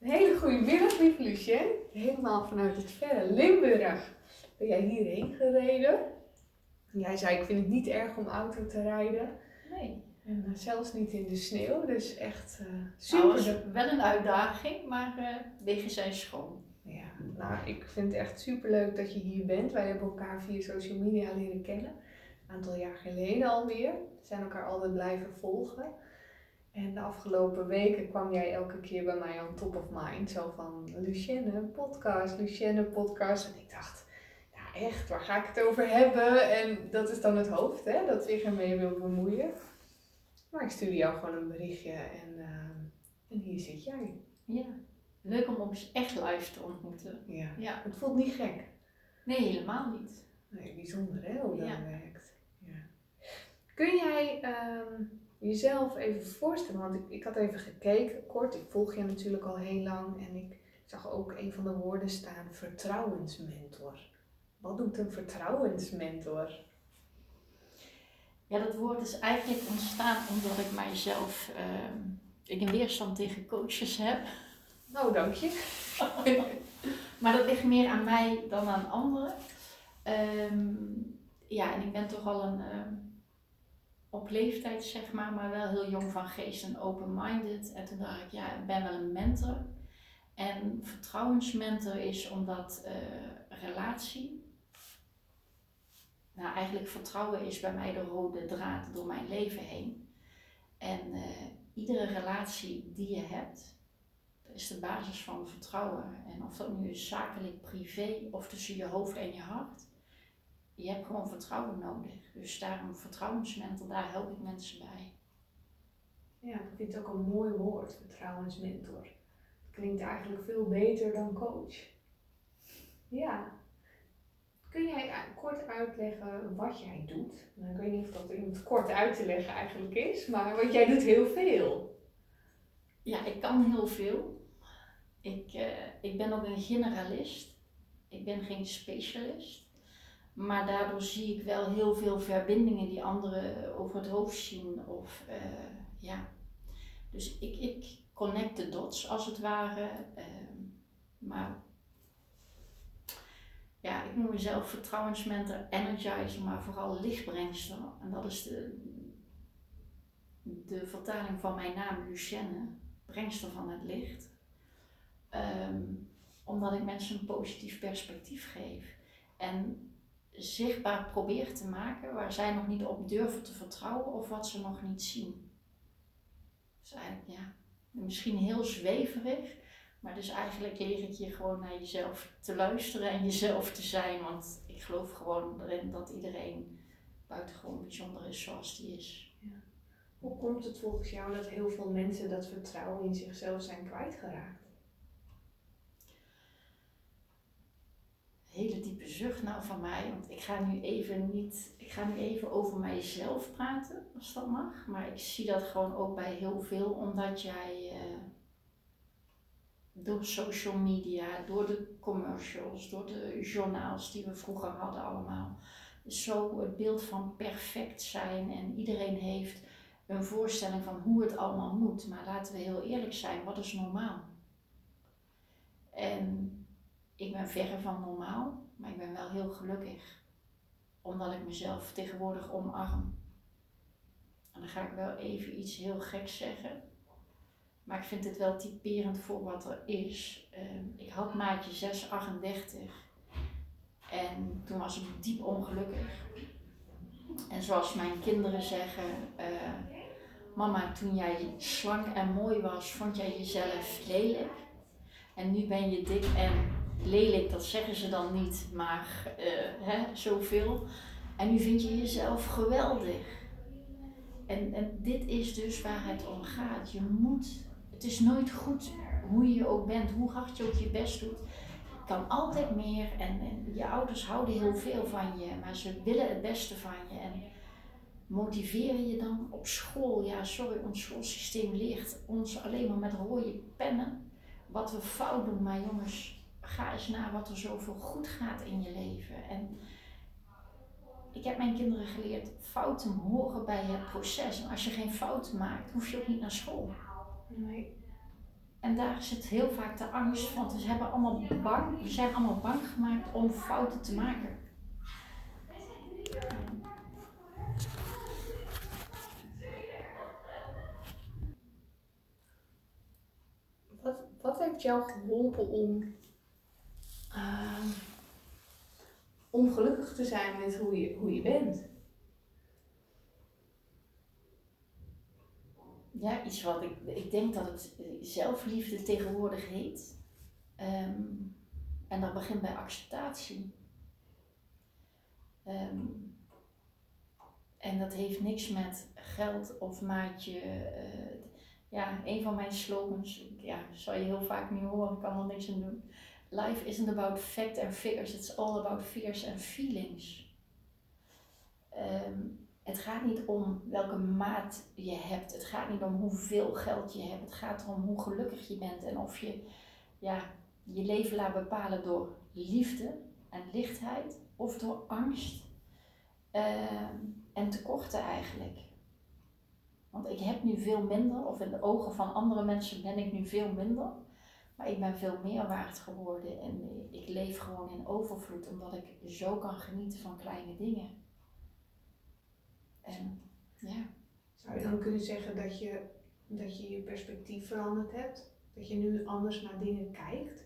Een hele goede middag, lieve Lucien. Helemaal vanuit het verre Limburg ben jij hierheen gereden. Jij zei, ik vind het niet erg om auto te rijden. Nee. En zelfs niet in de sneeuw, dus echt Nou, super. dat was wel een uitdaging, maar wegen zijn schoon. Ja, nou, ik vind het echt super leuk dat je hier bent. Wij hebben elkaar via social media leren kennen. Een aantal jaar geleden alweer. We zijn elkaar altijd blijven volgen. En de afgelopen weken kwam jij elke keer bij mij on top of mind. Zo van Lucienne podcast. En ik dacht, ja echt, waar ga ik het over hebben? En dat is dan het hoofd, hè, dat zich ermee wil bemoeien. Maar ik stuurde jou gewoon een berichtje en hier zit jij. Ja, leuk om ons echt live te ontmoeten. Ja. Het voelt niet gek. Nee, helemaal niet. Nee, bijzonder hè, hoe dat Ja. werkt. Ja. Kun jij jezelf even voorstellen, want ik had even gekeken, kort, ik volg je natuurlijk al heel lang en ik zag ook een van de woorden staan, vertrouwensmentor. Wat doet een vertrouwensmentor? Ja, dat woord is eigenlijk ontstaan omdat ik mijzelf in weerstand tegen coaches heb. Nou, dank je. Maar dat ligt meer aan mij dan aan anderen. Ja, en ik ben toch al op leeftijd zeg maar wel heel jong van geest en open-minded. En toen dacht ik, ja, ik ben wel een mentor. En vertrouwensmentor is omdat relatie, nou eigenlijk vertrouwen is bij mij de rode draad door mijn leven heen. En iedere relatie die je hebt, dat is de basis van vertrouwen. En of dat nu is zakelijk, privé of tussen je hoofd en je hart. Je hebt gewoon vertrouwen nodig. Dus daarom vertrouwensmentor, daar help ik mensen bij. Ja, ik vind het ook een mooi woord, vertrouwensmentor. Het klinkt eigenlijk veel beter dan coach. Ja. Kun jij kort uitleggen wat jij doet? Nou, ik weet niet of dat in het kort uit te leggen eigenlijk is, maar want jij doet heel veel. Ja, ik kan heel veel. Ik ben ook een generalist. Ik ben geen specialist. Maar daardoor zie ik wel heel veel verbindingen die anderen over het hoofd zien. Ja. Dus ik connect de dots als het ware. Maar ja, ik noem mezelf vertrouwensmentor, energizer, maar vooral lichtbrengster. En dat is de vertaling van mijn naam Lucienne, brengster van het licht. Omdat ik mensen een positief perspectief geef. En zichtbaar probeer te maken waar zij nog niet op durven te vertrouwen of wat ze nog niet zien. Dus eigenlijk ja, misschien heel zweverig, maar dus eigenlijk leer ik je gewoon naar jezelf te luisteren en jezelf te zijn. Want ik geloof gewoon erin dat iedereen buitengewoon bijzonder is zoals die is. Ja. Hoe komt het volgens jou dat heel veel mensen dat vertrouwen in zichzelf zijn kwijtgeraakt? Hele diepe zucht nou van mij, want ik ga nu even over mijzelf praten, als dat mag. Maar ik zie dat gewoon ook bij heel veel, omdat jij door social media, door de commercials, door de journaals die we vroeger hadden allemaal, zo het beeld van perfect zijn en iedereen heeft een voorstelling van hoe het allemaal moet. Maar laten we heel eerlijk zijn, wat is normaal? En ik ben verre van normaal, maar ik ben wel heel gelukkig. Omdat ik mezelf tegenwoordig omarm. En dan ga ik wel even iets heel geks zeggen. Maar ik vind het wel typerend voor wat er is. Ik had maatje 638. En toen was ik diep ongelukkig. En zoals mijn kinderen zeggen, mama, toen jij slank en mooi was, vond jij jezelf lelijk. En nu ben je dik en lelijk, dat zeggen ze dan niet, maar zoveel. En nu vind je jezelf geweldig. En dit is dus waar het om gaat. Het is nooit goed hoe je ook bent, hoe hard je ook je best doet. Je kan altijd meer en je ouders houden heel veel van je, maar ze willen het beste van je. En motiveren je dan op school? Ja, sorry, ons schoolsysteem leert ons alleen maar met rode pennen wat we fout doen. Maar jongens, ga eens na wat er zoveel goed gaat in je leven. En ik heb mijn kinderen geleerd, fouten horen bij het proces. En als je geen fouten maakt, hoef je ook niet naar school. Nee. En daar zit heel vaak de angst, want we zijn allemaal bang gemaakt om fouten te maken. Wat heeft jou geholpen om gelukkig te zijn met hoe je bent? Ja, iets wat ik denk dat het zelfliefde tegenwoordig heet. En dat begint bij acceptatie. En dat heeft niks met geld of maatje. Een van mijn slogans, zal je heel vaak niet horen, ik kan er niks aan doen. Life isn't about fact and figures, it's all about fears and feelings. Het gaat niet om welke maat je hebt, het gaat niet om hoeveel geld je hebt, het gaat erom hoe gelukkig je bent en of je je leven laat bepalen door liefde en lichtheid of door angst en tekorten eigenlijk. Want ik heb nu veel minder, of in de ogen van andere mensen ben ik nu veel minder, maar ik ben veel meer waard geworden en ik leef gewoon in overvloed omdat ik zo kan genieten van kleine dingen. En ja. Zou je dan kunnen zeggen dat je perspectief veranderd hebt? Dat je nu anders naar dingen kijkt?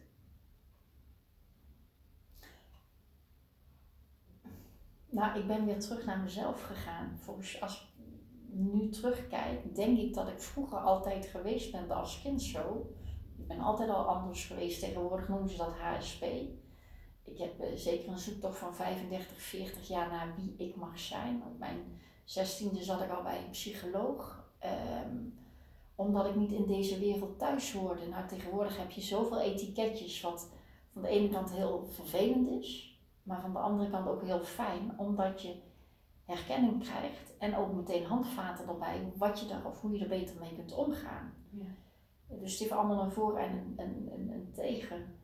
Nou, ik ben weer terug naar mezelf gegaan. Als ik nu terugkijk, denk ik dat ik vroeger altijd geweest ben als kind zo. Ik ben altijd al anders geweest. Tegenwoordig noemen ze dat HSP. Ik heb zeker een zoektocht van 35, 40 jaar naar wie ik mag zijn. Op mijn 16e zat ik al bij een psycholoog. Omdat ik niet in deze wereld thuis hoorde. Nou, tegenwoordig heb je zoveel etiketjes wat van de ene kant heel vervelend is. Maar van de andere kant ook heel fijn, omdat je herkenning krijgt en ook meteen handvaten erbij hoe je er beter mee kunt omgaan. Ja. Dus het heeft allemaal een voor en een tegen.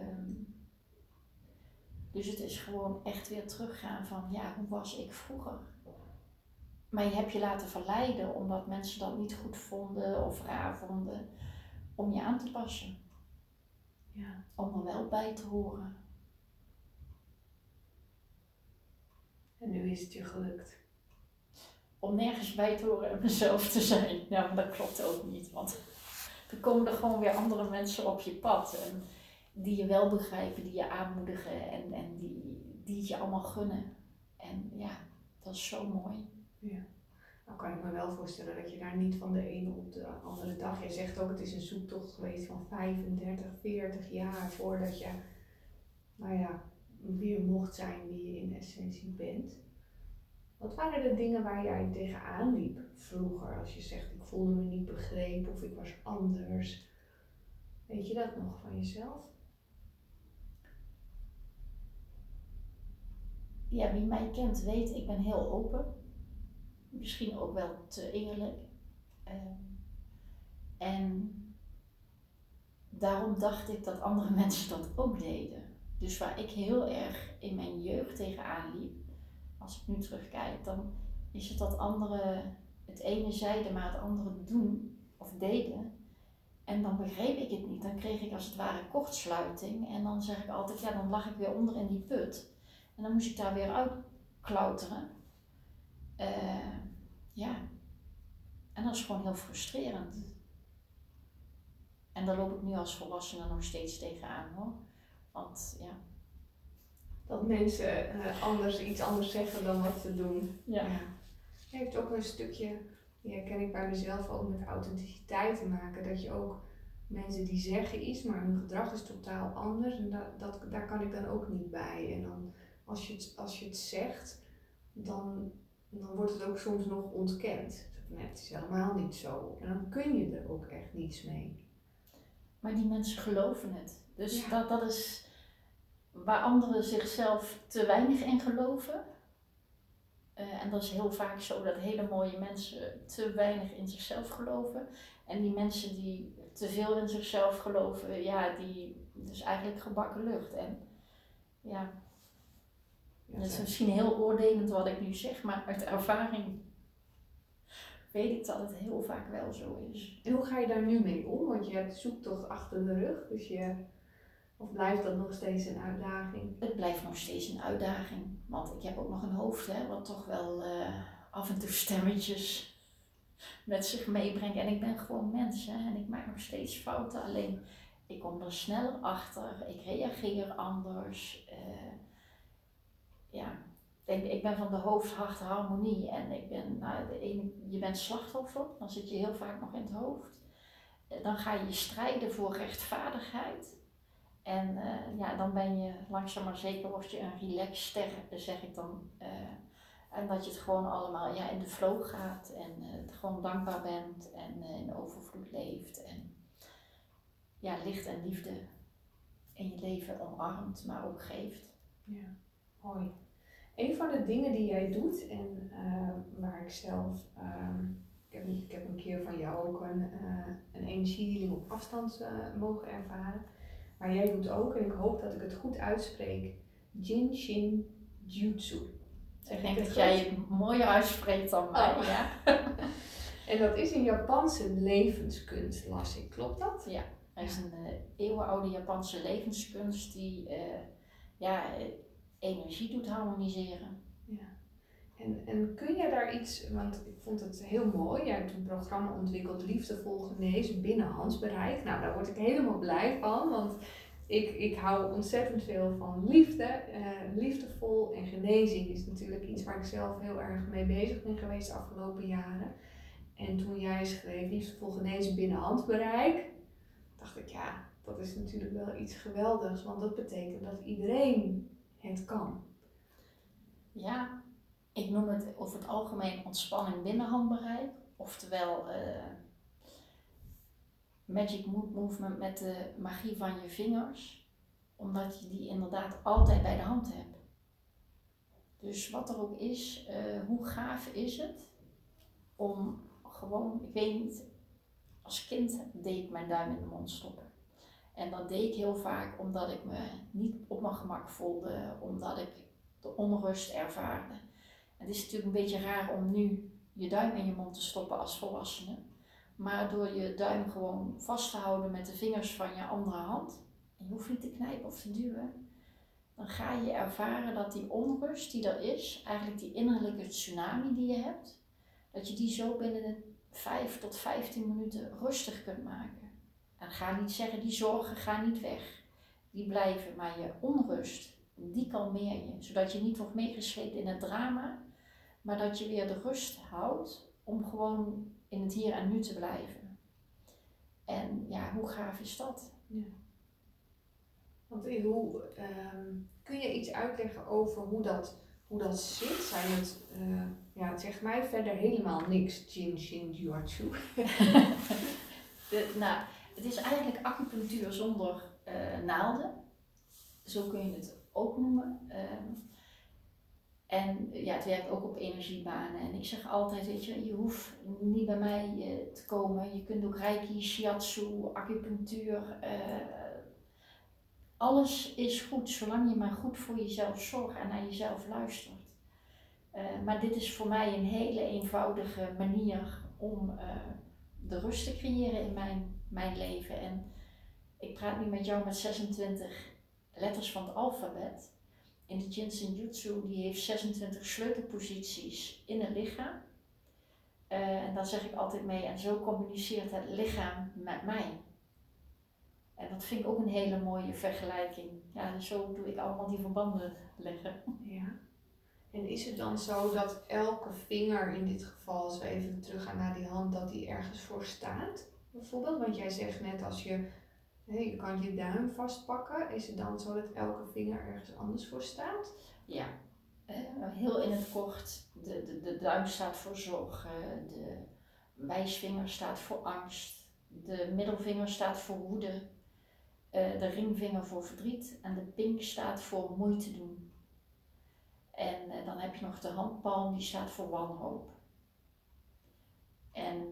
Dus het is gewoon echt weer teruggaan van hoe was ik vroeger? Maar je hebt je laten verleiden omdat mensen dat niet goed vonden of raar vonden om je aan te passen. Ja. Om er wel bij te horen. En nu is het je gelukt. Om nergens bij te horen en mezelf te zijn. Ja, maar dat klopt ook niet. Want er komen er gewoon weer andere mensen op je pad. En die je wel begrijpen, die je aanmoedigen en die het je allemaal gunnen. En dat is zo mooi. Ja. Nou kan ik me wel voorstellen dat je daar niet van de ene op de andere dag... Jij zegt ook, het is een zoektocht geweest van 35, 40 jaar voordat je... weer mocht zijn wie je in essentie bent. Wat waren de dingen waar jij tegenaan liep vroeger? Als je zegt, ik voelde me niet begrepen of ik was anders. Weet je dat nog van jezelf? Ja, wie mij kent weet, ik ben heel open. Misschien ook wel te eerlijk. En daarom dacht ik dat andere mensen dat ook deden. Dus waar ik heel erg in mijn jeugd tegenaan liep, als ik nu terugkijk, dan is het dat anderen het ene zeiden, maar het andere doen of deden. En dan begreep ik het niet. Dan kreeg ik als het ware kortsluiting. En dan zeg ik altijd, dan lag ik weer onder in die put. En dan moest ik daar weer uitklauteren. En dat is gewoon heel frustrerend. En daar loop ik nu als volwassene nog steeds tegenaan hoor. Want dat mensen iets anders zeggen dan wat ze doen. Ja. Je hebt ook een stukje, die herken ik bij mezelf ook, met authenticiteit te maken. Dat je ook mensen die zeggen iets, maar hun gedrag is totaal anders. En daar kan ik dan ook niet bij. En dan als je het zegt, dan wordt het ook soms nog ontkend. Nee, het is helemaal niet zo. En dan kun je er ook echt niets mee. Maar die mensen geloven het. Dus dat is waar anderen zichzelf te weinig in geloven. En dat is heel vaak zo dat hele mooie mensen te weinig in zichzelf geloven. En die mensen die te veel in zichzelf geloven, die is eigenlijk gebakken lucht. En het is misschien heel oordelend wat ik nu zeg, maar uit ervaring weet ik dat het heel vaak wel zo is. En hoe ga je daar nu mee om? Want je hebt de zoektocht achter de rug, dus of blijft dat nog steeds een uitdaging? Het blijft nog steeds een uitdaging, want ik heb ook nog een hoofd, hè, wat toch wel af en toe stemmetjes met zich meebrengt. En ik ben gewoon mens, hè, en ik maak nog steeds fouten, alleen ik kom er sneller achter, ik reageer anders. Ja, ik ben van de hoofd-hart-harmonie en ik ben, je bent slachtoffer, dan zit je heel vaak nog in het hoofd. Dan ga je strijden voor rechtvaardigheid. En dan ben je langzaam maar zeker, word je een relaxster, zeg ik dan. En dat je het gewoon allemaal in de flow gaat en gewoon dankbaar bent en in overvloed leeft. En licht en liefde in je leven omarmt, maar ook geeft. Ja, mooi. Een van de dingen die jij doet en waar ik zelf, ik heb een keer van jou ook een energiehealing op afstand mogen ervaren. Maar jij doet ook, en ik hoop dat ik het goed uitspreek, Jin Shin Jutsu. Ik denk dat jij het mooier uitspreekt dan mij. Oh. Ja. En dat is een Japanse levenskunst, las ik. Klopt dat? Ja, het is een eeuwenoude Japanse levenskunst die energie doet harmoniseren. Ja. En kun je daar iets, want ik vond het heel mooi, jij hebt een programma ontwikkeld, Liefdevol Genezen, binnen handbereik. Nou, daar word ik helemaal blij van, want ik hou ontzettend veel van liefde. Liefdevol en genezing is natuurlijk iets waar ik zelf heel erg mee bezig ben geweest de afgelopen jaren. En toen jij schreef Liefdevol Genezen binnen handbereik, dacht ik dat is natuurlijk wel iets geweldigs, want dat betekent dat iedereen het kan. Ja, ik noem het over het algemeen ontspanning binnen handbereik, oftewel magic movement met de magie van je vingers, omdat je die inderdaad altijd bij de hand hebt. Dus wat er ook is, hoe gaaf is het om gewoon, ik weet niet, als kind deed ik mijn duim in de mond stoppen. En dat deed ik heel vaak omdat ik me niet op mijn gemak voelde, omdat ik de onrust ervaarde. Het is natuurlijk een beetje raar om nu je duim in je mond te stoppen als volwassene. Maar door je duim gewoon vast te houden met de vingers van je andere hand, en je hoeft niet te knijpen of te duwen, dan ga je ervaren dat die onrust die er is, eigenlijk die innerlijke tsunami die je hebt, dat je die zo binnen de 5 tot 15 minuten rustig kunt maken. En ga niet zeggen, die zorgen gaan niet weg. Die blijven, maar je onrust, die kalmeer je. Zodat je niet wordt meegesleept in het drama, maar dat je weer de rust houdt om gewoon in het hier en nu te blijven. En hoe gaaf is dat? Ja. Want kun je iets uitleggen over hoe dat zit? Zijn het, het zegt mij verder helemaal niks, Jin Shin Jutsu. Het is eigenlijk acupunctuur zonder naalden. Zo kun je het ook noemen. Het werkt ook op energiebanen. En ik zeg altijd, weet je hoeft niet bij mij te komen. Je kunt ook reiki, shiatsu, acupunctuur. Alles is goed, zolang je maar goed voor jezelf zorgt en naar jezelf luistert. Maar dit is voor mij een hele eenvoudige manier om de rust te creëren in mijn leven. En ik praat nu met jou met 26 letters van het alfabet. In de Jin Jutsu, die heeft 26 sleutelposities in het lichaam. En daar zeg ik altijd mee, en zo communiceert het lichaam met mij. En dat vind ik ook een hele mooie vergelijking. Ja, dus zo doe ik allemaal die verbanden leggen. Ja. En is het dan zo dat elke vinger in dit geval, als we even teruggaan naar die hand, dat die ergens voor staat? Bijvoorbeeld, want jij zegt net als je kan je duim vastpakken. Is het dan zo dat elke vinger ergens anders voor staat? Ja, heel in het kort. De duim staat voor zorg, de wijsvinger staat voor angst, de middelvinger staat voor woede, de ringvinger voor verdriet en de pink staat voor moeite doen. En dan heb je nog de handpalm, die staat voor wanhoop. En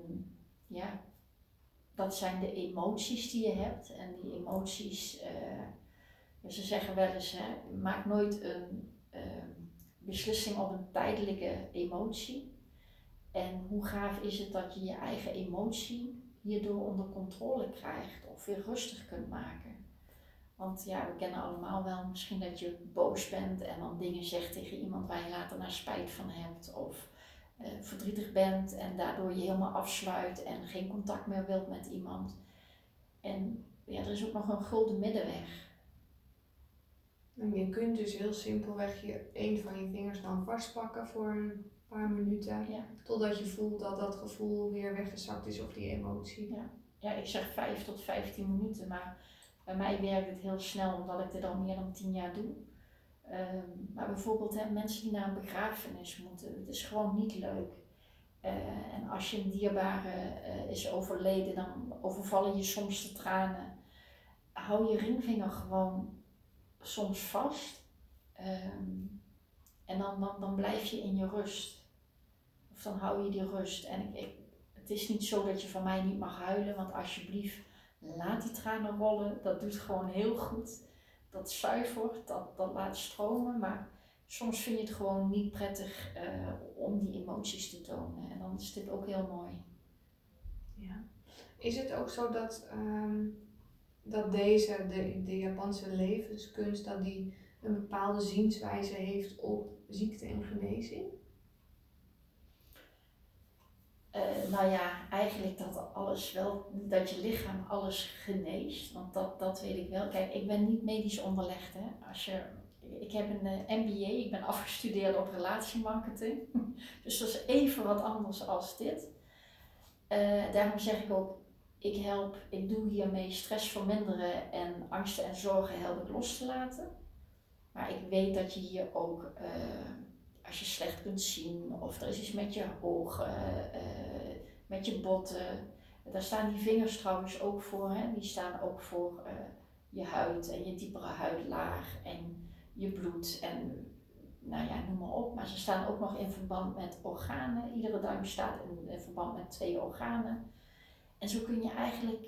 dat zijn de emoties die je hebt. En die emoties, ze zeggen wel eens, maak nooit een beslissing op een tijdelijke emotie. En hoe gaaf is het dat je je eigen emotie hierdoor onder controle krijgt of weer rustig kunt maken. Want ja, we kennen allemaal wel misschien dat je boos bent en dan dingen zegt tegen iemand waar je later naar spijt van hebt. Of verdrietig bent en daardoor je helemaal afsluit en geen contact meer wilt met iemand. En ja, er is ook nog een gulden middenweg. En je kunt dus heel simpelweg een van je vingers dan vastpakken voor een paar minuten. Ja. Totdat je voelt dat dat gevoel weer weggezakt is of die emotie. Ja, ik zeg 5 tot 15 minuten, maar bij mij werkt het heel snel omdat ik dit al meer dan 10 jaar doe. Maar bijvoorbeeld mensen die naar een begrafenis moeten, het is gewoon niet leuk. En als je een dierbare is overleden, dan overvallen je soms de tranen. Hou je ringvinger gewoon soms vast en dan blijf je in je rust. Of dan hou je die rust. En het is niet zo dat je van mij niet mag huilen, want alsjeblieft laat die tranen rollen. Dat doet gewoon heel goed. Dat zuivert, dat laat stromen. Maar soms vind je het gewoon niet prettig om die emoties te tonen. En dan is dit ook heel mooi. Ja. Is het ook zo dat, dat de Japanse levenskunst, dat die een bepaalde zienswijze heeft op ziekte en genezing? Nou ja, eigenlijk dat je lichaam alles geneest, want dat weet ik wel. Kijk, ik ben niet medisch onderlegd. Hè. Ik heb een MBA, ik ben afgestudeerd op relatiemarketing. Dus dat is even wat anders als dit. Daarom zeg ik ook, ik doe hiermee stress verminderen en angsten en zorgen help ik los te laten. Maar ik weet dat je hier ook, als je slecht kunt zien of er is iets met je ogen, met je botten. Daar staan die vingers trouwens ook voor. Hè? Die staan ook voor je huid en je diepere huidlaag en je bloed en nou ja, noem maar op. Maar ze staan ook nog in verband met organen. Iedere duim staat in verband met 2 organen. En zo kun je eigenlijk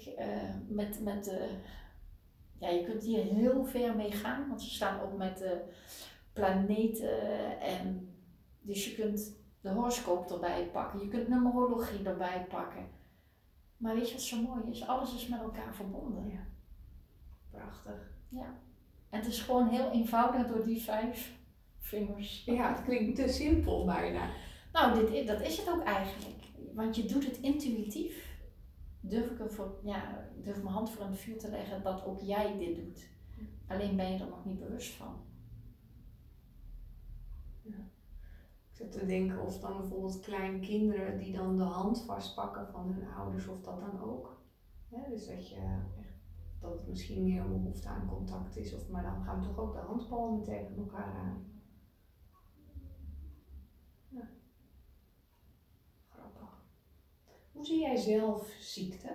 je kunt hier heel ver mee gaan, want ze staan ook met de planeten en dus je kunt de horoscoop erbij pakken, je kunt numerologie erbij pakken. Maar weet je wat zo mooi is? Alles is met elkaar verbonden. Ja, prachtig. Ja. En het is gewoon heel eenvoudig door die 5 vingers. Ja, het klinkt te simpel bijna. Nou, dat is het ook eigenlijk. Want je doet het intuïtief. Durf mijn hand voor in het vuur te leggen dat ook jij dit doet. Alleen ben je er nog niet bewust van. Ja. Ik zit te denken of dan bijvoorbeeld kleine kinderen die dan de hand vastpakken van hun ouders, of dat dan ook. Ja, dus dat het misschien meer een behoefte aan contact is, maar dan gaan toch ook de handpalmen tegen elkaar aan. Ja. Grappig. Hoe zie jij zelf ziekte?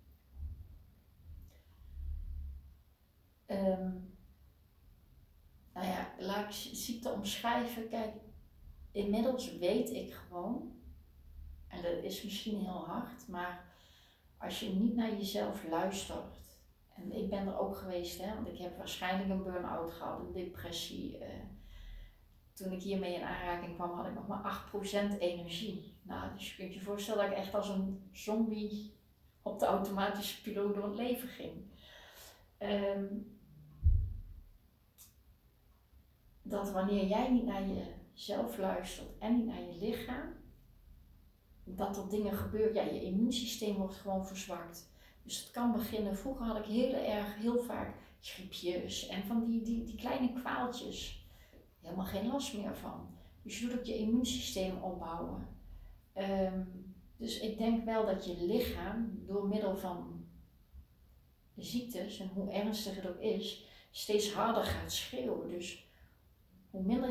Laat ik ziekte omschrijven. Kijk, inmiddels weet ik gewoon, en dat is misschien heel hard, maar als je niet naar jezelf luistert, en ik ben er ook geweest, hè, want ik heb waarschijnlijk een burn-out gehad, een depressie. Toen ik hiermee in aanraking kwam, had ik nog maar 8% energie. Nou, dus je kunt je voorstellen dat ik echt als een zombie op de automatische piloot door het leven ging. Dat wanneer jij niet naar jezelf luistert en niet naar je lichaam, dat er dingen gebeuren. Ja, je immuunsysteem wordt gewoon verzwakt. Dus het kan beginnen. Vroeger had ik heel vaak griepjes en van die kleine kwaaltjes. Helemaal geen last meer van. Dus je doet ook je immuunsysteem opbouwen. Dus ik denk wel dat je lichaam door middel van ziektes, en hoe ernstig het ook is, steeds harder gaat schreeuwen. Dus hoe meer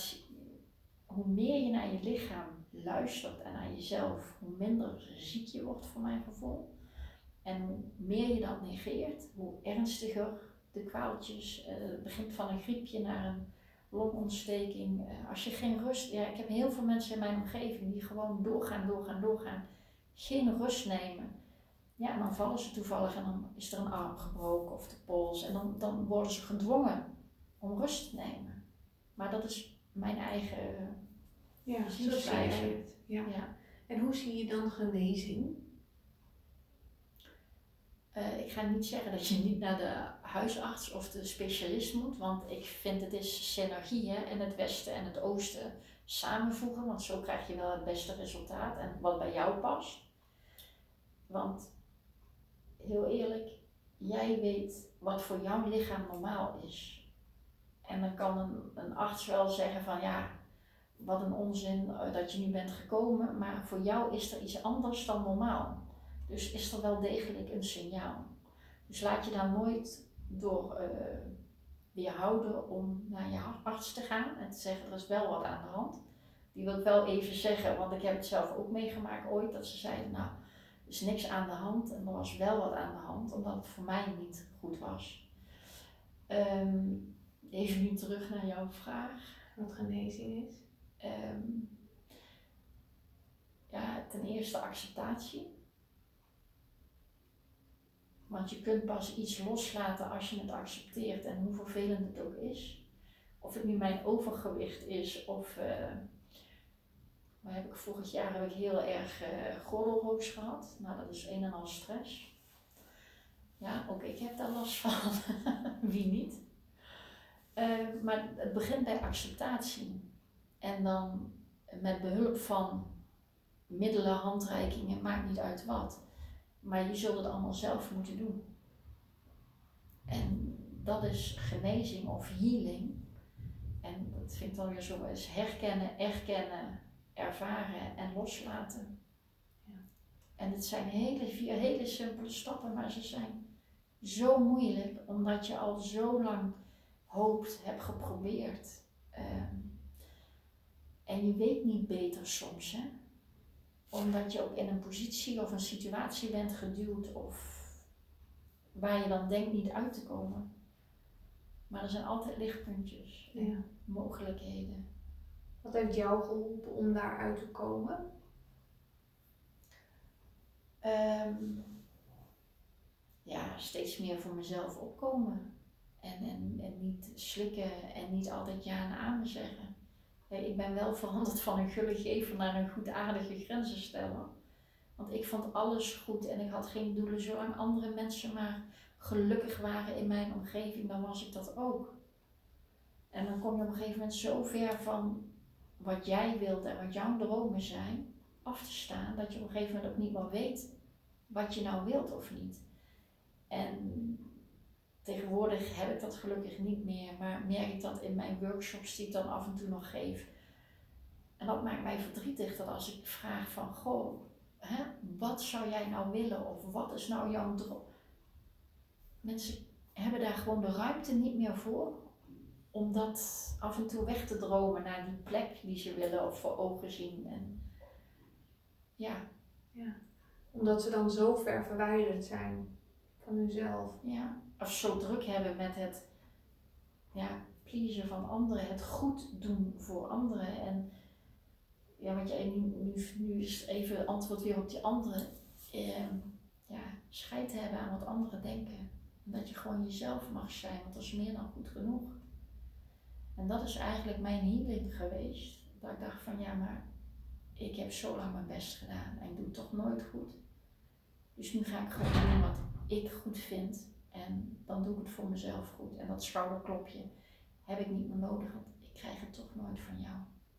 je naar je lichaam luistert en naar jezelf, hoe minder ziek je wordt voor mijn gevoel. En hoe meer je dat negeert, hoe ernstiger de kwaaltjes. Het begint van een griepje naar een longontsteking. Als je geen rust... Ja, ik heb heel veel mensen in mijn omgeving die gewoon doorgaan. Geen rust nemen. Ja, en dan vallen ze toevallig en dan is er een arm gebroken of de pols. En dan worden ze gedwongen om rust te nemen. Maar dat is mijn eigen zienswijze. Ja. Ja. En hoe zie je dan genezing? Ik ga niet zeggen dat je niet naar de huisarts of de specialist moet, want ik vind het is synergie hè, en het westen en het oosten samenvoegen, want zo krijg je wel het beste resultaat en wat bij jou past. Want heel eerlijk, jij weet wat voor jouw lichaam normaal is. En dan kan een arts wel zeggen van ja, wat een onzin dat je nu bent gekomen, maar voor jou is er iets anders dan normaal. Dus is er wel degelijk een signaal. Dus laat je daar nooit door weerhouden om naar je arts te gaan en te zeggen er is wel wat aan de hand. Die wil ik wel even zeggen, want ik heb het zelf ook meegemaakt ooit, dat ze zeiden nou, er is niks aan de hand en er was wel wat aan de hand, omdat het voor mij niet goed was. Even nu terug naar jouw vraag. Wat genezing is? Ja, ten eerste acceptatie. Want je kunt pas iets loslaten als je het accepteert en hoe vervelend het ook is. Of het nu mijn overgewicht is of vorig jaar heb ik heel erg gordelroos gehad. Nou, dat is een en al stress. Ja, ook ik heb daar last van. Wie niet? Maar het begint bij acceptatie. En dan met behulp van middelen, handreikingen, maakt niet uit wat. Maar je zult het allemaal zelf moeten doen. En dat is genezing of healing. En dat vind ik dan weer zo eens herkennen, erkennen, ervaren en loslaten. Ja. En het zijn vier hele simpele stappen, maar ze zijn zo moeilijk, omdat je al zo lang hoopt, hebt geprobeerd. En je weet niet beter soms, hè? Omdat je ook in een positie of een situatie bent geduwd of waar je dan denkt niet uit te komen. Maar er zijn altijd lichtpuntjes en mogelijkheden. Wat heeft jou geholpen om daaruit te komen? Ja, steeds meer voor mezelf opkomen. En niet slikken en niet altijd ja en amen zeggen. Ik ben wel veranderd van een gulle gever naar een goedaardige grenzensteller. Want ik vond alles goed en ik had geen doelen. Zolang andere mensen maar gelukkig waren in mijn omgeving, dan was ik dat ook. En dan kom je op een gegeven moment zo ver van wat jij wilt en wat jouw dromen zijn, af te staan, dat je op een gegeven moment ook niet meer weet wat je nou wilt of niet. En tegenwoordig heb ik dat gelukkig niet meer, maar merk ik dat in mijn workshops die ik dan af en toe nog geef. En dat maakt mij verdrietig, dat als ik vraag van, goh, wat zou jij nou willen of wat is nou jouw droom? Mensen hebben daar gewoon de ruimte niet meer voor om dat af en toe weg te dromen naar die plek die ze willen of voor ogen zien. En ja. Omdat ze dan zo ver verwijderd zijn van hunzelf. Ja, of zo druk hebben met het pleasen van anderen, het goed doen voor anderen. En ja, wat jij nu is even antwoord weer op die anderen. Scheid hebben aan wat anderen denken. En dat je gewoon jezelf mag zijn, want dat is meer dan goed genoeg. En dat is eigenlijk mijn healing geweest. Dat ik dacht van ja, maar ik heb zo lang mijn best gedaan en ik doe het toch nooit goed. Dus nu ga ik gewoon doen wat ik goed vind en dan doe ik het voor mezelf goed. En dat schouderklopje heb ik niet meer nodig, want ik krijg het toch nooit van jou.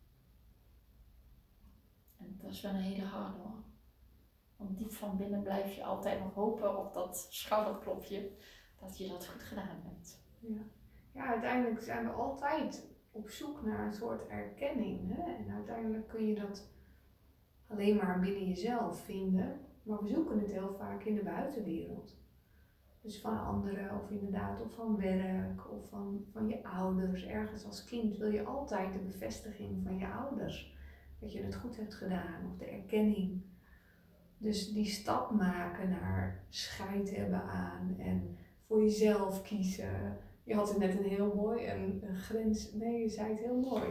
En dat is wel een hele harde hoor. Want diep van binnen blijf je altijd nog hopen op dat schouderklopje dat je dat goed gedaan hebt. Ja, uiteindelijk zijn we altijd op zoek naar een soort erkenning. Hè? En uiteindelijk kun je dat alleen maar binnen jezelf vinden. Maar we zoeken het heel vaak in de buitenwereld. Dus van anderen of inderdaad of van werk of van je ouders. Ergens als kind wil je altijd de bevestiging van je ouders. Dat je het goed hebt gedaan of de erkenning. Dus die stap maken naar scheid hebben aan en voor jezelf kiezen. Je had het net een heel mooi, een grens, nee je zei het heel mooi.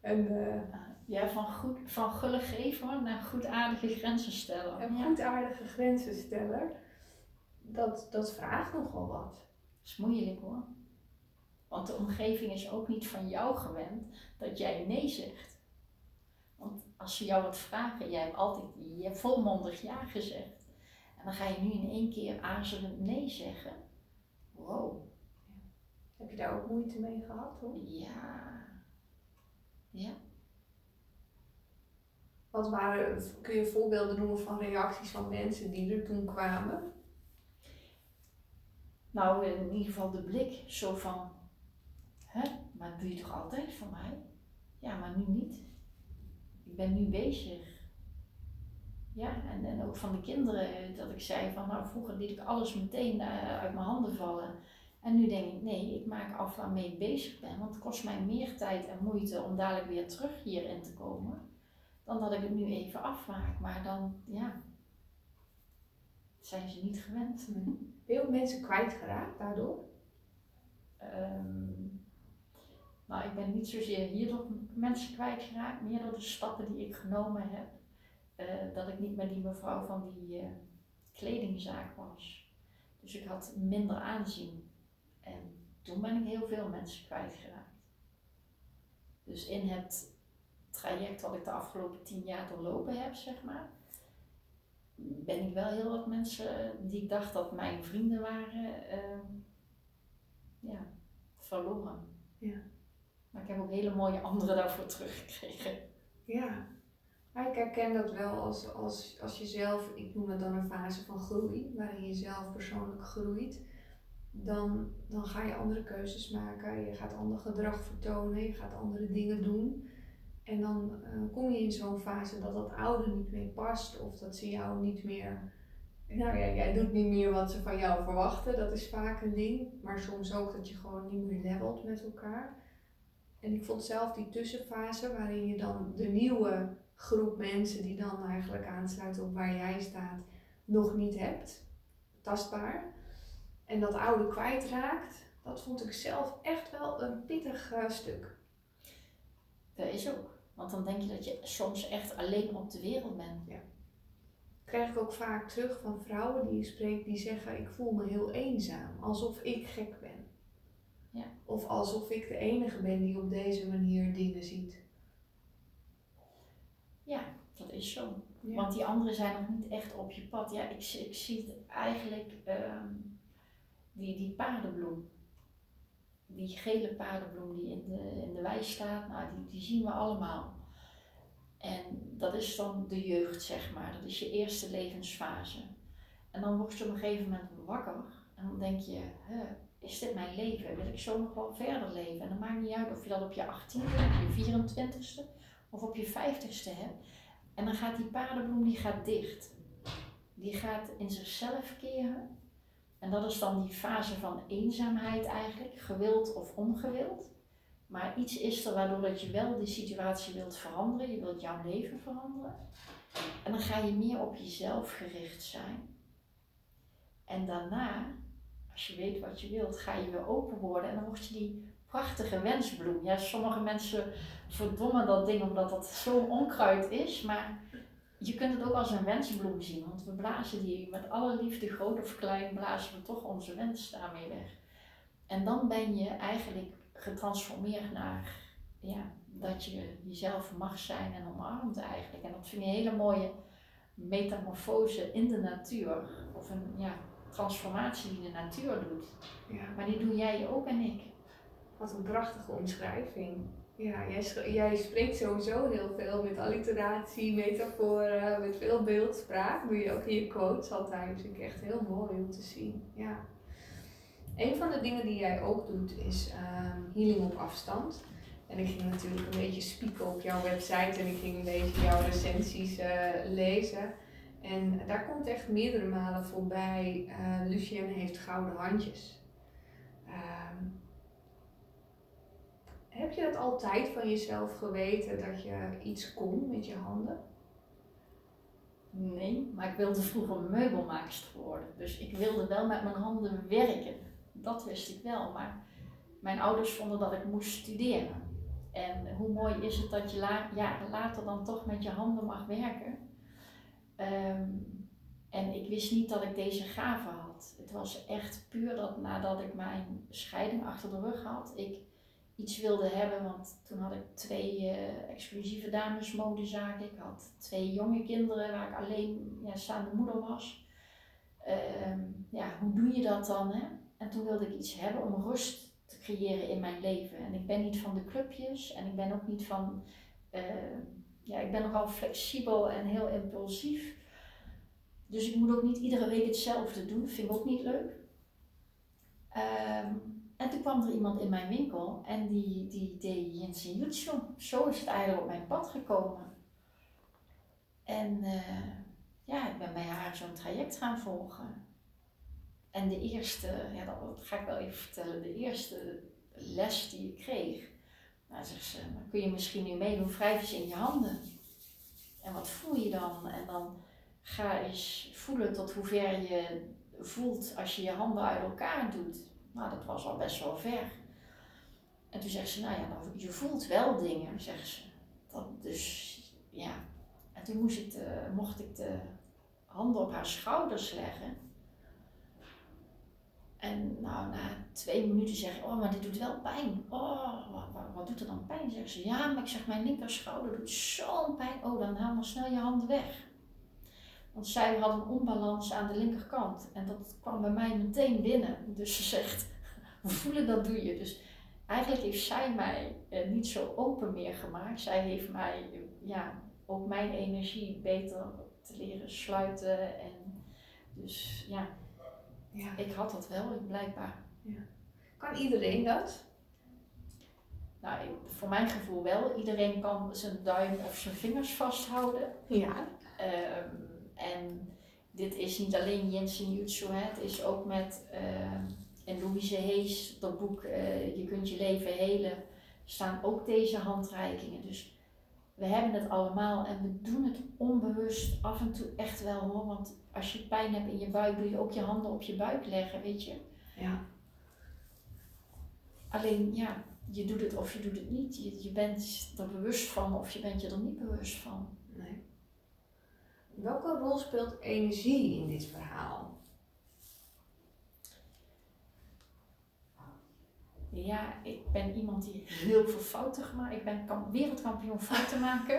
Van gulle gever naar goedaardige grenzen stellen. Een goedaardige grenzensteller, dat vraagt nogal wat. Dat is moeilijk hoor. Want de omgeving is ook niet van jou gewend dat jij nee zegt. Want als ze jou wat vragen, je hebt volmondig ja gezegd. En dan ga je nu in één keer aarzelend nee zeggen. Wow. Heb je daar ook moeite mee gehad hoor? Ja. Ja. Kun je voorbeelden noemen van reacties van mensen die er toen kwamen? Nou, in ieder geval de blik zo van, maar dat doe je toch altijd voor mij? Ja, maar nu niet. Ik ben nu bezig. Ja, en ook van de kinderen, dat ik zei van, nou vroeger liet ik alles meteen uit mijn handen vallen. En nu denk ik, nee, ik maak af waarmee ik bezig ben, want het kost mij meer tijd en moeite om dadelijk weer terug hierin te komen, dan dat ik het nu even afmaak. Maar dan, ja, zijn ze niet gewend. Veel mensen kwijtgeraakt daardoor? Nou, ik ben niet zozeer hierdoor mensen kwijtgeraakt, meer door de stappen die ik genomen heb. Dat ik niet meer die mevrouw van die kledingzaak was. Dus ik had minder aanzien. En toen ben ik heel veel mensen kwijtgeraakt. Dus in het traject wat ik de afgelopen 10 jaar doorlopen heb, zeg maar, ben ik wel heel wat mensen die ik dacht dat mijn vrienden waren, verloren. Ja. Maar ik heb ook hele mooie anderen daarvoor teruggekregen. Ja. Maar ik herken dat wel als je zelf, ik noem het dan een fase van groei, waarin je zelf persoonlijk groeit. Dan ga je andere keuzes maken, je gaat ander gedrag vertonen, je gaat andere dingen doen. En dan kom je in zo'n fase dat dat oude niet meer past of dat ze jou niet meer, nou ja, jij doet niet meer wat ze van jou verwachten, dat is vaak een ding. Maar soms ook dat je gewoon niet meer levelt met elkaar. En ik vond zelf die tussenfase waarin je dan de nieuwe groep mensen die dan eigenlijk aansluiten op waar jij staat, nog niet hebt, tastbaar. En dat oude kwijtraakt, dat vond ik zelf echt wel een pittig stuk. Dat is ook. Want dan denk je dat je soms echt alleen op de wereld bent. Ja. Krijg ik ook vaak terug van vrouwen die ik spreek die zeggen, ik voel me heel eenzaam, alsof ik gek ben. Ja. Of alsof ik de enige ben die op deze manier dingen ziet. Ja, dat is zo. Ja. Want die anderen zijn nog niet echt op je pad. Ja, ik zie het eigenlijk, die paardenbloem. Die gele paardenbloem die in de wei staat, nou, die zien we allemaal. En dat is dan de jeugd, zeg maar. Dat is je eerste levensfase. En dan word je op een gegeven moment wakker. En dan denk je, is dit mijn leven? Wil ik zo nog wel verder leven? En dan maakt niet uit of je dat op je 18e, op je 24e of op je 50ste hebt. En dan gaat die paardenbloem die gaat dicht. Die gaat in zichzelf keren. En dat is dan die fase van eenzaamheid eigenlijk, gewild of ongewild. Maar iets is er waardoor dat je wel die situatie wilt veranderen, je wilt jouw leven veranderen. En dan ga je meer op jezelf gericht zijn. En daarna, als je weet wat je wilt, ga je weer open worden en dan word je die prachtige wensbloem. Ja, sommige mensen verdommen dat ding omdat dat zo'n onkruid is, maar je kunt het ook als een wensbloem zien, want we blazen die met alle liefde, groot of klein, blazen we toch onze wens daarmee weg. En dan ben je eigenlijk getransformeerd naar, dat je jezelf mag zijn en omarmt eigenlijk. En dat vind ik een hele mooie metamorfose in de natuur, of een transformatie die de natuur doet. Ja. Maar die doe jij ook en ik. Wat een prachtige omschrijving. Ja, jij spreekt sowieso heel veel met alliteratie, metaforen, met veel beeldspraak. Doe je ook in je quotes altijd. Dat vind ik echt heel mooi om te zien. Ja. Een van de dingen die jij ook doet is healing op afstand. En ik ging natuurlijk een beetje spieken op jouw website en ik ging een beetje jouw recensies lezen. En daar komt echt meerdere malen voorbij, Lucienne heeft gouden handjes. Heb je dat altijd van jezelf geweten, dat je iets kon met je handen? Nee, maar ik wilde vroeger meubelmaakster worden. Dus ik wilde wel met mijn handen werken. Dat wist ik wel, maar mijn ouders vonden dat ik moest studeren. En hoe mooi is het dat je jaren later dan toch met je handen mag werken. En ik wist niet dat ik deze gave had. Het was echt puur dat nadat ik mijn scheiding achter de rug had, ik iets wilde hebben, want toen had ik 2 exclusieve damesmodezaken. Ik had 2 jonge kinderen waar ik alleen staande moeder was. Hoe doe je dat dan? Hè? En toen wilde ik iets hebben om rust te creëren in mijn leven. En ik ben niet van de clubjes en ik ben ook niet van... ik ben nogal flexibel en heel impulsief. Dus ik moet ook niet iedere week hetzelfde doen. Dat vind ik ook niet leuk. En toen kwam er iemand in mijn winkel en die deed Yin Jutsu. Zo is het eigenlijk op mijn pad gekomen. En ik ben bij haar zo'n traject gaan volgen. En de eerste, dat ga ik wel even vertellen, de eerste les die ik kreeg. Nou, zegt ze, kun je misschien nu meedoen, wrijf eens in je handen. En wat voel je dan? En dan ga eens voelen tot hoever je voelt als je je handen uit elkaar doet. Nou, dat was al best wel ver. En toen zegt ze, je voelt wel dingen, zegt ze. En toen mocht ik de handen op haar schouders leggen. En na 2 minuten zeg ik, oh, maar dit doet wel pijn. Oh, wat doet er dan pijn? Zegt ze, ja, maar ik zeg, mijn linkerschouder doet zo'n pijn. Oh, dan haal maar snel je handen weg. Want zij had een onbalans aan de linkerkant. En dat kwam bij mij meteen binnen. Dus ze zegt, voelen dat doe je. Dus eigenlijk heeft zij mij niet zo open meer gemaakt. Zij heeft mij, ook mijn energie beter te leren sluiten. En dus ik had dat wel, blijkbaar. Ja. Kan iedereen dat? Nou, voor mijn gevoel wel. Iedereen kan zijn duim of zijn vingers vasthouden. Ja. En dit is niet alleen Yin Jutsu, het is ook met in Louise Hay's dat boek Je kunt je leven helen, staan ook deze handreikingen. Dus we hebben het allemaal en we doen het onbewust af en toe echt wel hoor. Want als je pijn hebt in je buik, doe je ook je handen op je buik leggen, weet je. Ja. Alleen je doet het of je doet het niet. Je bent er bewust van of je bent je er niet bewust van. Nee. Welke rol speelt energie in dit verhaal? Ja, ik ben iemand die heel veel fouten gemaakt. Ik ben wereldkampioen fouten maken.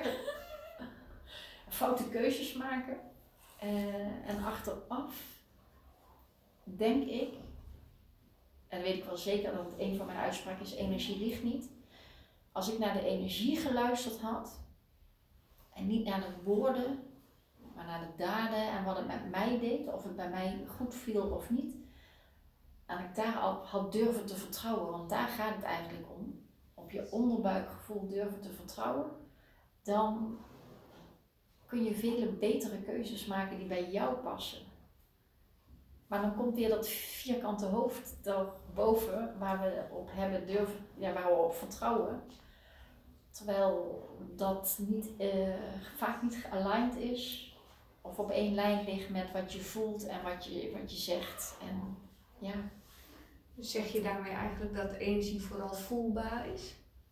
Foute keuzes maken. En achteraf denk ik, en weet ik wel zeker dat het een van mijn uitspraken is, energie liegt niet. Als ik naar de energie geluisterd had, en niet naar de woorden, maar naar de daden en wat het met mij deed, of het bij mij goed viel of niet. En ik daarop had durven te vertrouwen, want daar gaat het eigenlijk om. Op je onderbuikgevoel durven te vertrouwen. Dan kun je vele betere keuzes maken die bij jou passen. Maar dan komt weer dat vierkante hoofd daarboven waar we op hebben durven, waar we op vertrouwen. Terwijl dat vaak niet gealigned is. Of op één lijn ligt met wat je voelt en wat je zegt. En Dus zeg je daarmee eigenlijk dat energie vooral voelbaar is?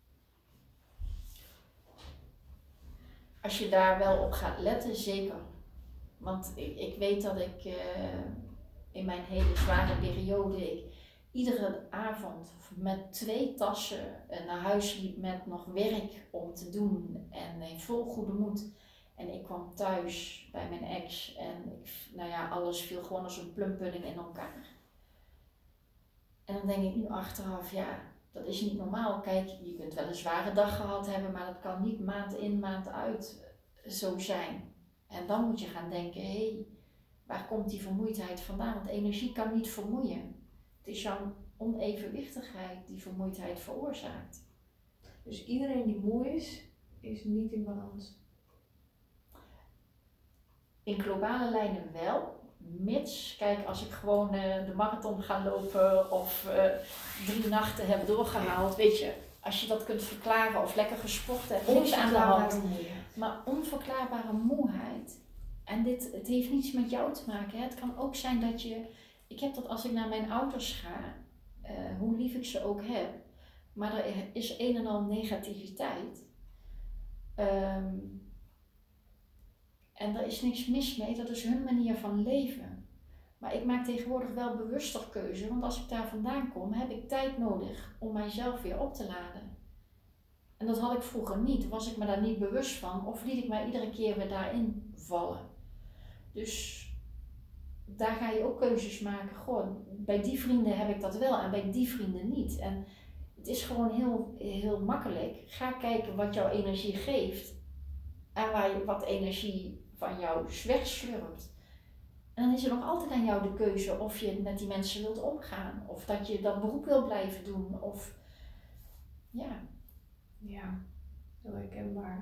Als je daar wel op gaat letten, zeker. Want ik weet dat ik in mijn hele zware periode, iedere avond met 2 tassen naar huis liep met nog werk om te doen en vol goede moed. En ik kwam thuis bij mijn ex en alles viel gewoon als een plumpudding in elkaar. En dan denk ik nu achteraf, dat is niet normaal. Kijk, je kunt wel een zware dag gehad hebben, maar dat kan niet maand in, maand uit zo zijn. En dan moet je gaan denken, waar komt die vermoeidheid vandaan? Want energie kan niet vermoeien. Het is jouw onevenwichtigheid die vermoeidheid veroorzaakt. Dus iedereen die moe is niet in balans? In globale lijnen wel. Mits, kijk, als ik gewoon de marathon ga lopen of 3 nachten heb doorgehaald, weet je, als je dat kunt verklaren of lekker gesport hebt, niks aan de hand. Maar onverklaarbare moeheid, en het heeft niets met jou te maken. Hè. Het kan ook zijn dat ik heb dat als ik naar mijn ouders ga, hoe lief ik ze ook heb, maar er is een en al negativiteit. En daar is niks mis mee, dat is hun manier van leven. Maar ik maak tegenwoordig wel bewuster keuze, want als ik daar vandaan kom, heb ik tijd nodig om mijzelf weer op te laden. En dat had ik vroeger niet, was ik me daar niet bewust van of liet ik mij iedere keer weer daarin vallen. Dus daar ga je ook keuzes maken. Goh, bij die vrienden heb ik dat wel en bij die vrienden niet. En het is gewoon heel makkelijk. Ga kijken wat jouw energie geeft en wat energie van jou wegslurpt. En dan is er nog altijd aan jou de keuze of je met die mensen wilt omgaan. Of dat je dat beroep wil blijven doen. Of ja. Ja, heel herkenbaar.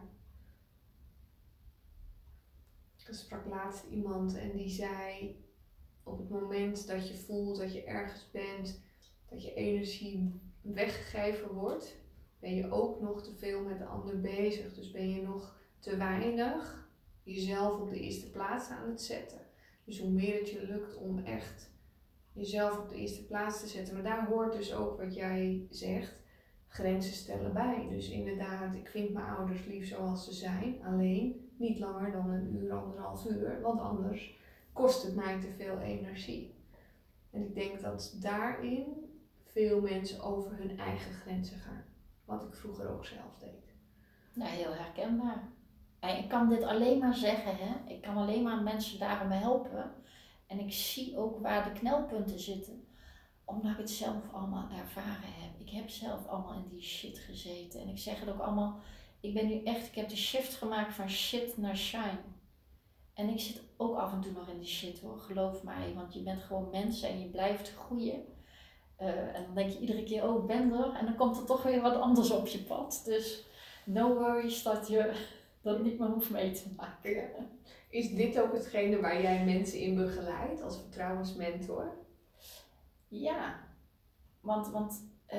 Ik sprak laatst iemand en die zei, op het moment dat je voelt dat je ergens bent, dat je energie weggegeven wordt, ben je ook nog te veel met de ander bezig. Dus ben je nog te weinig jezelf op de eerste plaats aan het zetten. Dus hoe meer het je lukt om echt jezelf op de eerste plaats te zetten. Maar daar hoort dus ook wat jij zegt, grenzen stellen bij. Dus inderdaad, ik vind mijn ouders lief zoals ze zijn, alleen niet langer dan 1 uur, 1,5 uur, want anders kost het mij te veel energie. En ik denk dat daarin veel mensen over hun eigen grenzen gaan. Wat ik vroeger ook zelf deed. Nou, heel herkenbaar. En ik kan dit alleen maar zeggen, hè? Ik kan alleen maar mensen daarom helpen. En ik zie ook waar de knelpunten zitten, omdat ik het zelf allemaal ervaren heb. Ik heb zelf allemaal in die shit gezeten. En ik zeg het ook allemaal, ik heb de shift gemaakt van shit naar shine. En ik zit ook af en toe nog in die shit hoor, geloof mij. Want je bent gewoon mensen en je blijft groeien. En dan denk je iedere keer, oh ik ben er. En dan komt er toch weer wat anders op je pad. Dus no worries dat je dat niet meer hoeft mee te maken. Ja. Is dit ook hetgene waar jij mensen in begeleidt als vertrouwensmentor? Ja, want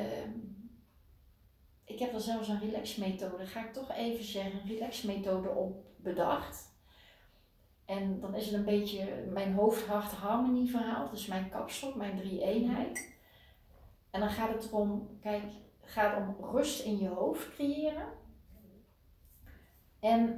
ik heb er zelfs een relaxmethode, ga ik toch even zeggen, een relaxmethode op bedacht. En dan is het een beetje mijn hoofd-hart-harmonie verhaal, dus mijn kapsel, mijn 3-eenheid. En dan gaat het erom, kijk, het gaat om rust in je hoofd creëren. En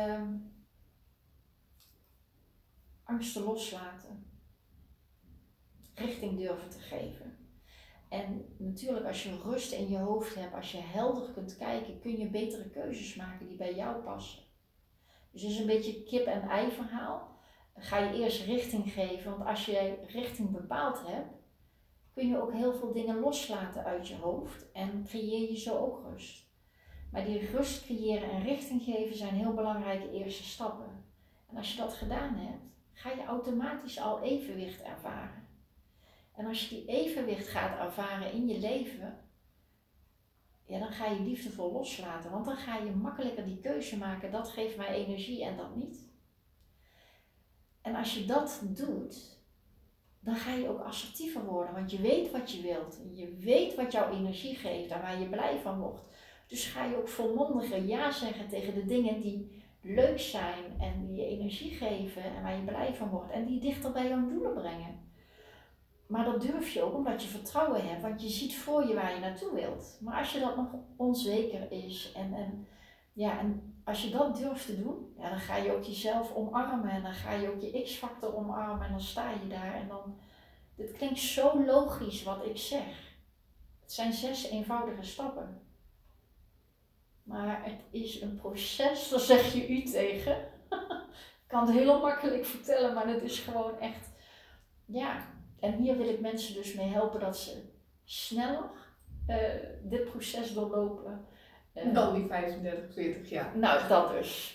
angsten loslaten. Richting durven te geven. En natuurlijk als je rust in je hoofd hebt, als je helder kunt kijken, kun je betere keuzes maken die bij jou passen. Dus het is een beetje een kip-en-ei verhaal. Dan ga je eerst richting geven, want als je richting bepaald hebt, kun je ook heel veel dingen loslaten uit je hoofd en creëer je zo ook rust. Maar die rust creëren en richting geven zijn heel belangrijke eerste stappen. En als je dat gedaan hebt, ga je automatisch al evenwicht ervaren. En als je die evenwicht gaat ervaren in je leven, ja, dan ga je liefdevol loslaten. Want dan ga je makkelijker die keuze maken, dat geeft mij energie en dat niet. En als je dat doet, dan ga je ook assertiever worden. Want je weet wat je wilt. Je weet wat jouw energie geeft en waar je blij van wordt. Dus ga je ook volmondiger ja zeggen tegen de dingen die leuk zijn en die je energie geven en waar je blij van wordt. En die dichter bij jouw doelen brengen. Maar dat durf je ook omdat je vertrouwen hebt, want je ziet voor je waar je naartoe wilt. Maar als je dat nog onzeker is en als je dat durft te doen, ja, dan ga je ook jezelf omarmen en dan ga je ook je X-factor omarmen en dan sta je daar en dan... Dit klinkt zo logisch wat ik zeg. Het zijn 6 eenvoudige stappen. Maar het is een proces, daar zeg je u tegen. Ik kan het heel makkelijk vertellen, maar het is gewoon echt, ja... En hier wil ik mensen dus mee helpen dat ze sneller dit proces doorlopen. Dan die 35, 40 jaar. Nou, dat dus.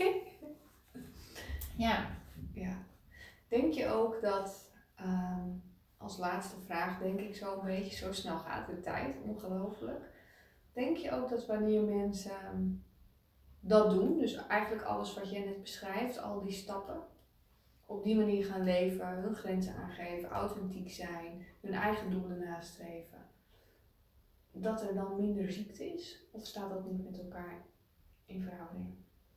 Ja. Denk je ook dat, als laatste vraag, denk ik zo een beetje, zo snel gaat de tijd, ongelooflijk. Denk je ook dat wanneer mensen dat doen, dus eigenlijk alles wat jij net beschrijft, al die stappen, op die manier gaan leven, hun grenzen aangeven, authentiek zijn, hun eigen doelen nastreven, dat er dan minder ziekte is? Of staat dat niet met elkaar in verhouding?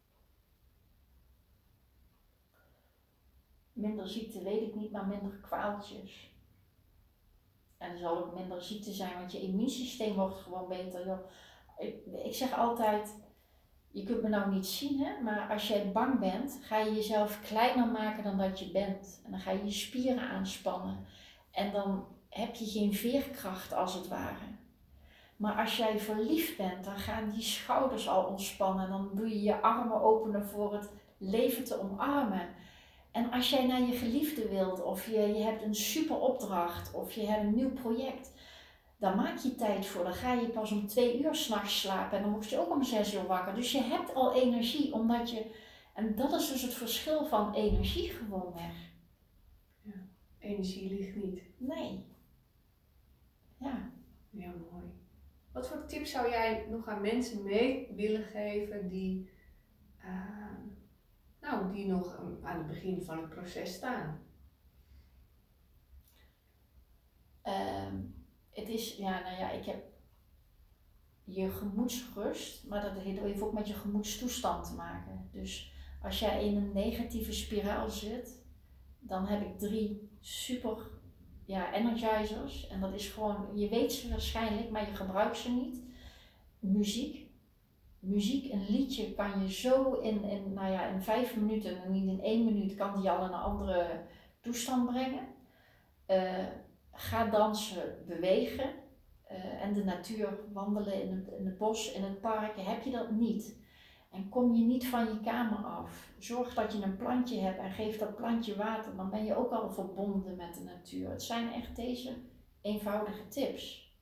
Minder ziekte weet ik niet, maar minder kwaaltjes. En er zal ook minder ziekte zijn, want je immuunsysteem wordt gewoon beter. Ik zeg altijd, je kunt me nou niet zien, hè, maar als jij bang bent, ga je jezelf kleiner maken dan dat je bent. En dan ga je je spieren aanspannen. En dan heb je geen veerkracht als het ware. Maar als jij verliefd bent, dan gaan die schouders al ontspannen. En dan doe je je armen openen voor het leven te omarmen. En als jij naar je geliefde wilt, of je hebt een super opdracht, of je hebt een nieuw project, dan maak je tijd voor. Dan ga je pas om 2 uur 's nachts slapen en dan word je ook om 6 uur wakker. Dus je hebt al energie, omdat je... En dat is dus het verschil van energie gewoon weg. Ja, energie ligt niet. Nee. Ja. Ja, mooi. Wat voor tips zou jij nog aan mensen mee willen geven die, die nog aan het begin van het proces staan? Het is, ik heb je gemoedsrust, maar dat heeft ook met je gemoedstoestand te maken. Dus als jij in een negatieve spiraal zit, dan heb ik 3 super energizers. En dat is gewoon, je weet ze waarschijnlijk, maar je gebruikt ze niet. Muziek, een liedje kan je zo in 5 minuten, en niet in 1 minuut, kan die al in een andere toestand brengen. Ga dansen, bewegen. En de natuur, wandelen in het bos, in het park, heb je dat niet. En kom je niet van je kamer af. Zorg dat je een plantje hebt en geef dat plantje water. Dan ben je ook al verbonden met de natuur. Het zijn echt deze eenvoudige tips.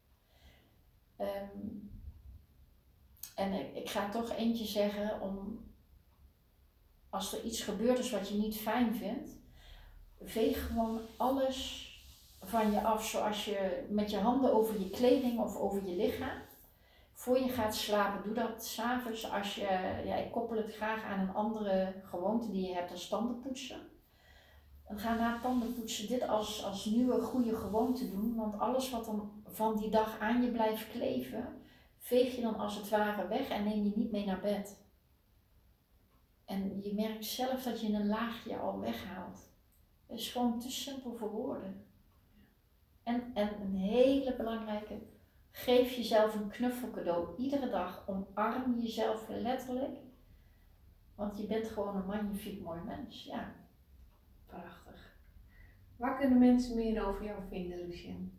En ik ga toch eentje zeggen om, als er iets gebeurd is wat je niet fijn vindt, veeg gewoon alles van je af, zoals je met je handen over je kleding of over je lichaam. Voor je gaat slapen, doe dat 's avonds als je, ik koppel het graag aan een andere gewoonte die je hebt als tandenpoetsen. En ga na tandenpoetsen dit als nieuwe goede gewoonte doen, want alles wat dan van die dag aan je blijft kleven, veeg je dan als het ware weg en neem je niet mee naar bed. En je merkt zelf dat je een laagje al weghaalt. Het is gewoon te simpel voor woorden. En een hele belangrijke, geef jezelf een knuffelcadeau. Iedere dag omarm jezelf letterlijk. Want je bent gewoon een magnifiek mooi mens. Ja. Prachtig. Waar kunnen mensen meer over jou vinden, Lucienne?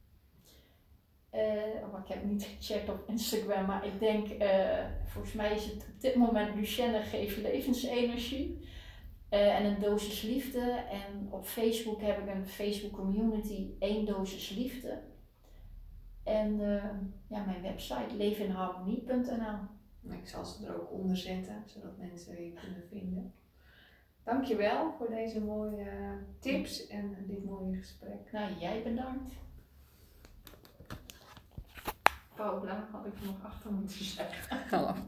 Ik heb niet gecheckt op Instagram, maar ik denk, volgens mij is het op dit moment Lucienne geeft levensenergie. En een dosis liefde. En op Facebook heb ik een Facebook community, 1 dosis liefde. En mijn website leveninharmonie.nl. Ik zal ze er ook onder zetten, zodat mensen je kunnen vinden. Dankjewel voor deze mooie tips en dit mooie gesprek. Nou, jij bedankt. Paula, had ik er nog achter moeten zeggen. Hallo.